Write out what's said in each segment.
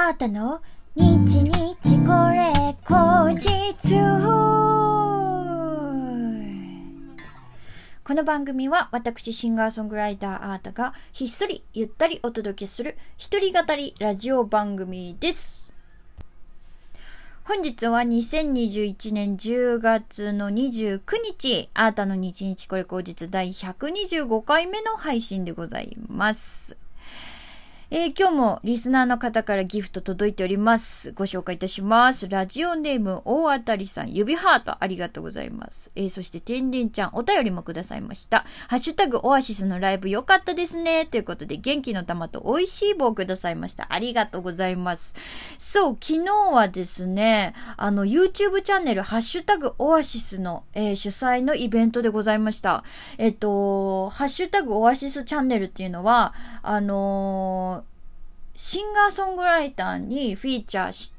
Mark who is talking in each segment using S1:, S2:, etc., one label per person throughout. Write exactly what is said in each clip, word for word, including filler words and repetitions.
S1: あーたの日日これ後日。この番組は私シンガーソングライターあーたがひっそりゆったりお届けする一人語りラジオ番組です。本日はにせんにじゅういちねんじゅうがつのにじゅうくにち、あーたの日日これ後日だいひゃくにじゅうごかいめの配信でございます。えー、今日もリスナーの方からギフト届いております。ご紹介いたします。ラジオネーム大当たりさん、指ハートありがとうございます。えー、そしててんでんちゃんお便りもくださいました。ハッシュタグオアシスのライブ良かったですねということで元気の玉と美味しい棒をくださいました。ありがとうございます。そう、昨日はですね、あの YouTube チャンネルハッシュタグオアシスの、えー、主催のイベントでございました。えっとハッシュタグオアシスチャンネルっていうのはあのーシンガーソングライターにフィーチャーした、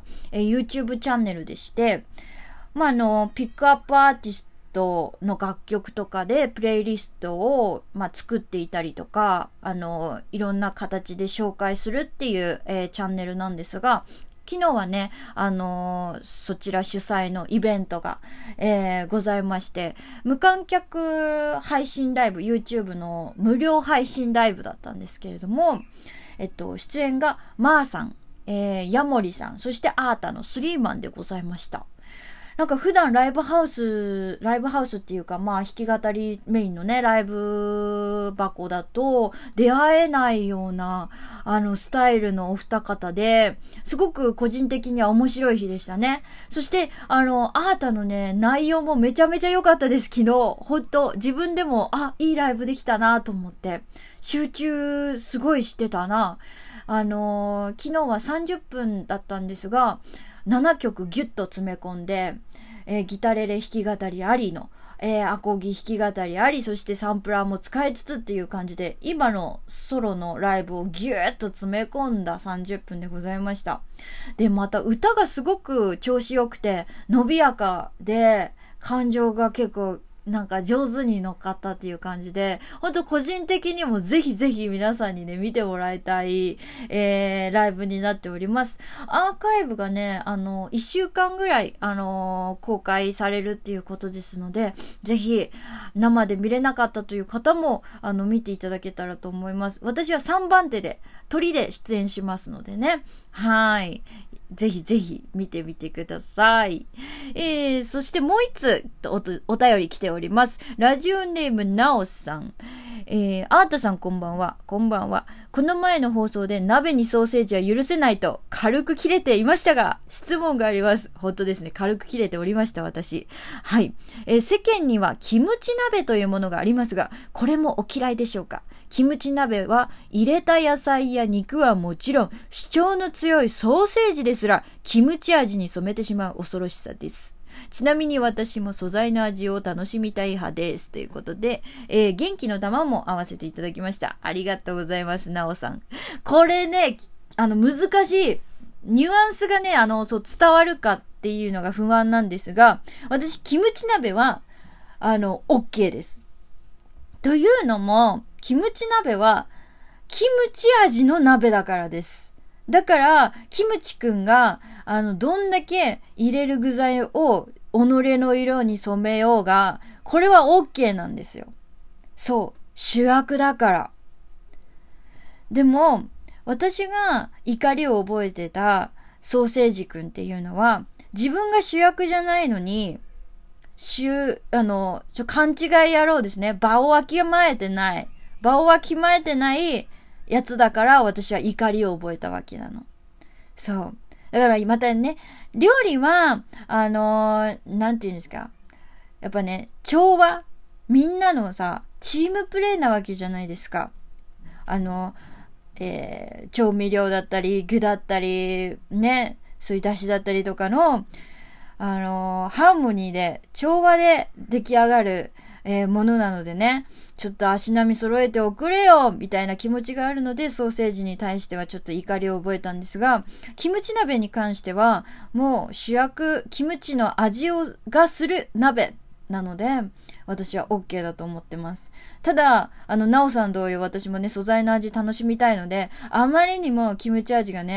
S1: えー、YouTube チャンネルでして、まあ、あの、ピックアップアーティストの楽曲とかでプレイリストを、まあ、作っていたりとか、あの、いろんな形で紹介するっていう、えー、チャンネルなんですが、昨日はね、あのー、そちら主催のイベントが、えー、ございまして、無観客配信ライブ、YouTube の無料配信ライブだったんですけれども、えっと、出演がマーさん、えー、ヤモリさん、そしてアータのスリーマンでございました。なんか普段ライブハウス、ライブハウスっていうか、まあ弾き語りメインのね、ライブ箱だと出会えないような、あの、スタイルのお二方で、すごく個人的には面白い日でしたね。そして、あの、アータのね、内容もめちゃめちゃ良かったです、昨日。ほんと、自分でも、あ、いいライブできたなと思って、集中すごいしてたな。あのー、昨日はさんじゅっぷんだったんですが、ななきょくギュッと詰め込んで、えー、ギタレレ弾き語りありの、えー、アコギ弾き語りあり、そしてサンプラーも使いつつっていう感じで、今のソロのライブをギューッと詰め込んださんじゅっぷんでございました。で、また歌がすごく調子良くて、伸びやかで、感情が結構、なんか上手に乗っかったっていう感じで、ほんと個人的にもぜひぜひ皆さんにね、見てもらいたい、えー、ライブになっております。アーカイブがね、あの、いっしゅうかんぐらい、あのー、公開されるっていうことですので、ぜひ、生で見れなかったという方も、あの、見ていただけたらと思います。私はさんばん手で、鳥で出演しますのでね。はい。ぜひぜひ見てみてください。えー、そしてもう一つお、お便り来ております。ラジオネームなおさん。えー、アートさんこんばんは。こんばんは。この前の放送で鍋にソーセージは許せないと軽く切れていましたが、質問があります。本当ですね。軽く切れておりました、私。はい。えー、世間にはキムチ鍋というものがありますが、これもお嫌いでしょうか？キムチ鍋は入れた野菜や肉はもちろん主張の強いソーセージですらキムチ味に染めてしまう恐ろしさです。ちなみに私も素材の味を楽しみたい派です。ということで、えー、元気の玉も合わせていただきました。ありがとうございます、なおさん。これね、あの難しい。ニュアンスがね、あの、そう伝わるかっていうのが不安なんですが、私、キムチ鍋は、あの、OK です。というのも、キムチ鍋は、キムチ味の鍋だからです。だから、キムチくんが、あの、どんだけ入れる具材を己の色に染めようが、これは OK なんですよ。そう。主役だから。でも、私が怒りを覚えてたソーセージくんっていうのは、自分が主役じゃないのに、主、あの、ちょ、勘違い野郎ですね。場をわきまえてない。場をわきまえてないやつだから私は怒りを覚えたわけなの。そう。だからまたね、料理は、あのー、なんていうんですか。やっぱね、調和。みんなのさ、チームプレーなわけじゃないですか。あの、えー、調味料だったり、具だったり、ね、そういう出汁だったりとかの、あのー、ハーモニーで、調和で出来上がる、えー、ものなのでね、ちょっと足並み揃えておくれよみたいな気持ちがあるので、ソーセージに対してはちょっと怒りを覚えたんですが、キムチ鍋に関しては、もう主役、キムチの味をがする鍋なので、私は OK だと思ってます。ただ、あの、なおさん同様私もね、素材の味楽しみたいので、あまりにもキムチ味がね、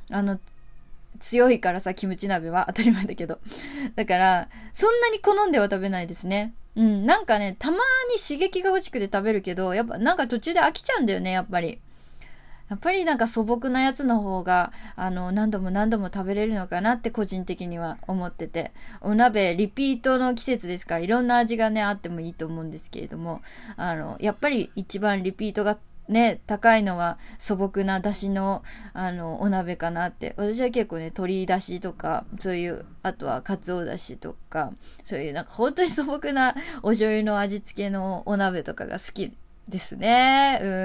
S1: あの、強いからさ、キムチ鍋は当たり前だけど。だから、そんなに好んでは食べないですね。うん、なんかね、たまに刺激が欲しくて食べるけど、やっぱなんか途中で飽きちゃうんだよね、やっぱり。やっぱりなんか素朴なやつの方が、あの、何度も何度も食べれるのかなって個人的には思ってて。お鍋、リピートの季節ですから、いろんな味がね、あってもいいと思うんですけれども、あの、やっぱり一番リピートがね、高いのは素朴な出汁の、あの、お鍋かなって。私は結構ね、鶏出汁とか、そういう、あとは鰹出汁とか、そういうなんか本当に素朴なお醤油の味付けのお鍋とかが好きですね。うん。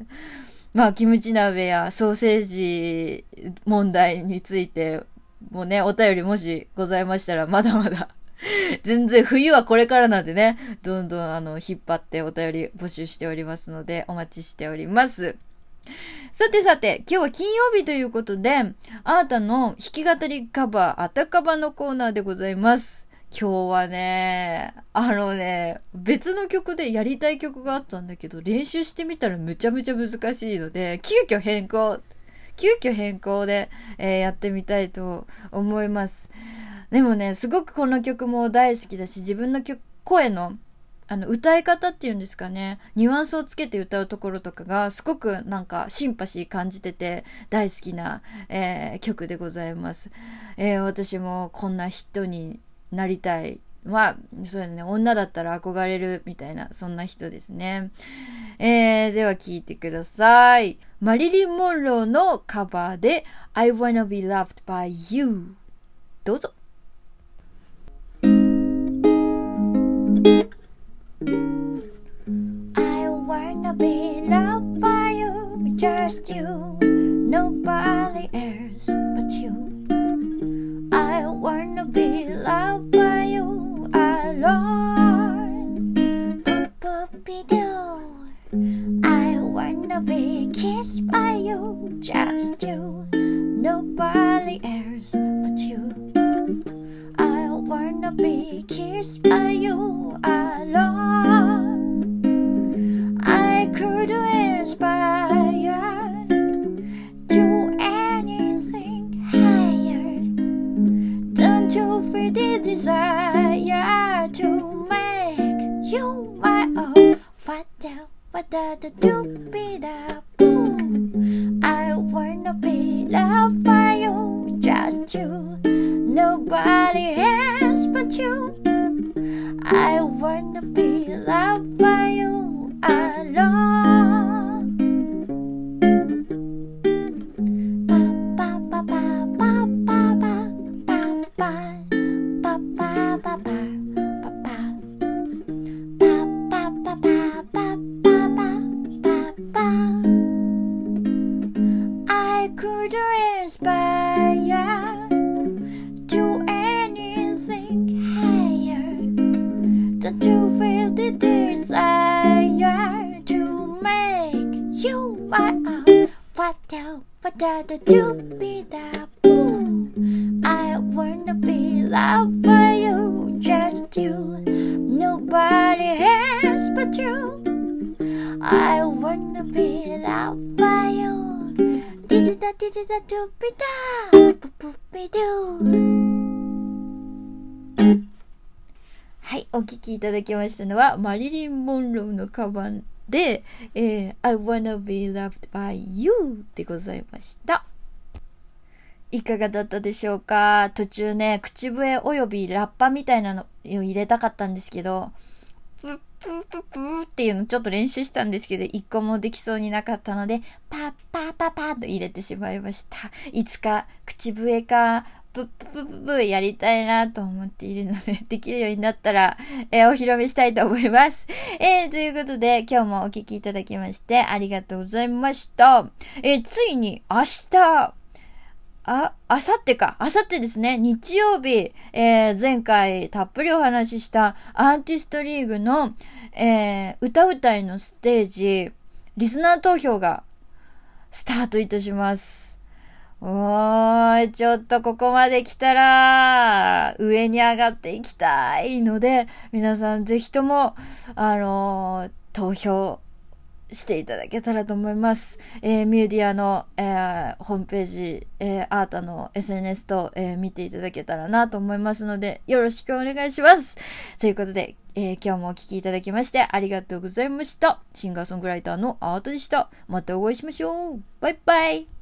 S1: まあ、キムチ鍋やソーセージ問題についてもね、お便りもしございましたら、まだまだ全然冬はこれからなんでね、どんどんあの、引っ張ってお便り募集しておりますので、お待ちしております。さてさて、今日は金曜日ということで、あーたの弾き語りカバー、あたかばのコーナーでございます。今日はね、あのね、別の曲でやりたい曲があったんだけど、練習してみたらむちゃむちゃ難しいので、急遽変更、急遽変更で、えー、やってみたいと思います。でもね、すごくこの曲も大好きだし、自分の曲声の、あの、歌い方っていうんですかね、ニュアンスをつけて歌うところとかが、すごくなんかシンパシー感じてて、大好きな、えー、曲でございます。えー、私もこんな人になりたい。まあ、そうだね。女だったら憧れるみたいな、そんな人ですね。えー、では聴いてください。マリリン・モンローのカバーで I wanna be loved by you。どうぞ。I wanna be loved by you, just you, nobody else but you.I wanna be loved by you alone. I wanna be kissed by you, just you, nobody else but you. I wanna be kissed by you alone. I could inspire to anything higher.To feel the desire to make you my own. What the, what the, the do be the boom. I wanna be loved by you, just you, nobody else but you. I wanna be loved by you alone.はい、お聴きいただきましたのはマリリン・モンローのカバンで、えー、I wanna be loved by you でございました。いかがだったでしょうか。途中ね、口笛およびラッパみたいなのを入れたかったんですけど、プップープップーっていうのちょっと練習したんですけど、一個もできそうになかったので、パッパーパパーと入れてしまいました。いつか口笛か、プッププププやりたいなと思っているので、できるようになったら、えー、お披露目したいと思います。えー、ということで、今日もお聞きいただきまして、ありがとうございました。えー、ついに明日、あ、あさってか。あさってですね。日曜日、えー、前回たっぷりお話ししたアーティストリーグの、えー、歌うたいのステージ、リスナー投票がスタートいたします。おーい、ちょっとここまで来たら、上に上がっていきたいので、皆さんぜひとも、あのー、投票していただけたらと思います。えー、ミューディアの、えー、ホームページ、えー、アータの エスエヌエス と、えー、見ていただけたらなと思いますので、よろしくお願いします。ということで、えー、今日もお聴きいただきましてありがとうございました。シンガーソングライターのアートでした。またお会いしましょう。バイバイ。